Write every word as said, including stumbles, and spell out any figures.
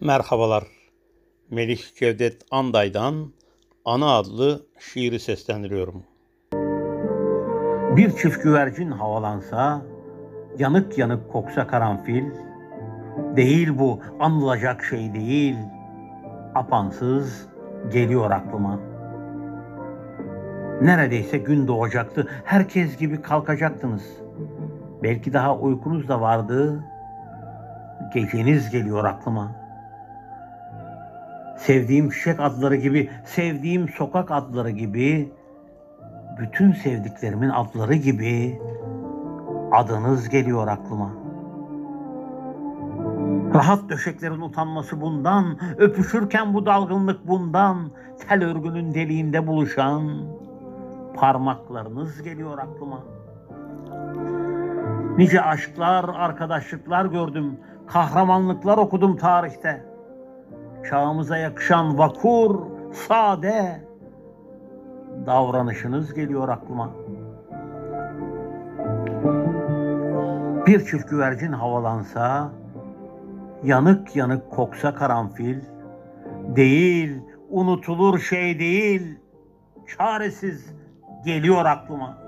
Merhabalar. Melih Cevdet Anday'dan Ana adlı şiiri seslendiriyorum. Bir çift güvercin havalansa, yanık yanık koksa karanfil, değil bu anılacak şey değil, apansız geliyor aklıma. Neredeyse gün doğacaktı, herkes gibi kalkacaktınız. Belki daha uykunuz da vardı, geceniz geliyor aklıma. Sevdiğim çiçek adları gibi, sevdiğim sokak adları gibi, bütün sevdiklerimin adları gibi adınız geliyor aklıma. Rahat döşeklerin utanması bundan, öpüşürken bu dalgınlık bundan, tel örgünün deliğinde buluşan parmaklarınız geliyor aklıma. Nice aşklar, arkadaşlıklar gördüm, kahramanlıklar okudum tarihte. Çağımıza yakışan vakur, sade davranışınız geliyor aklıma. Bir çift güvercin havalansa, yanık yanık koksa karanfil, değil, unutulur şey değil, çaresiz geliyor aklıma.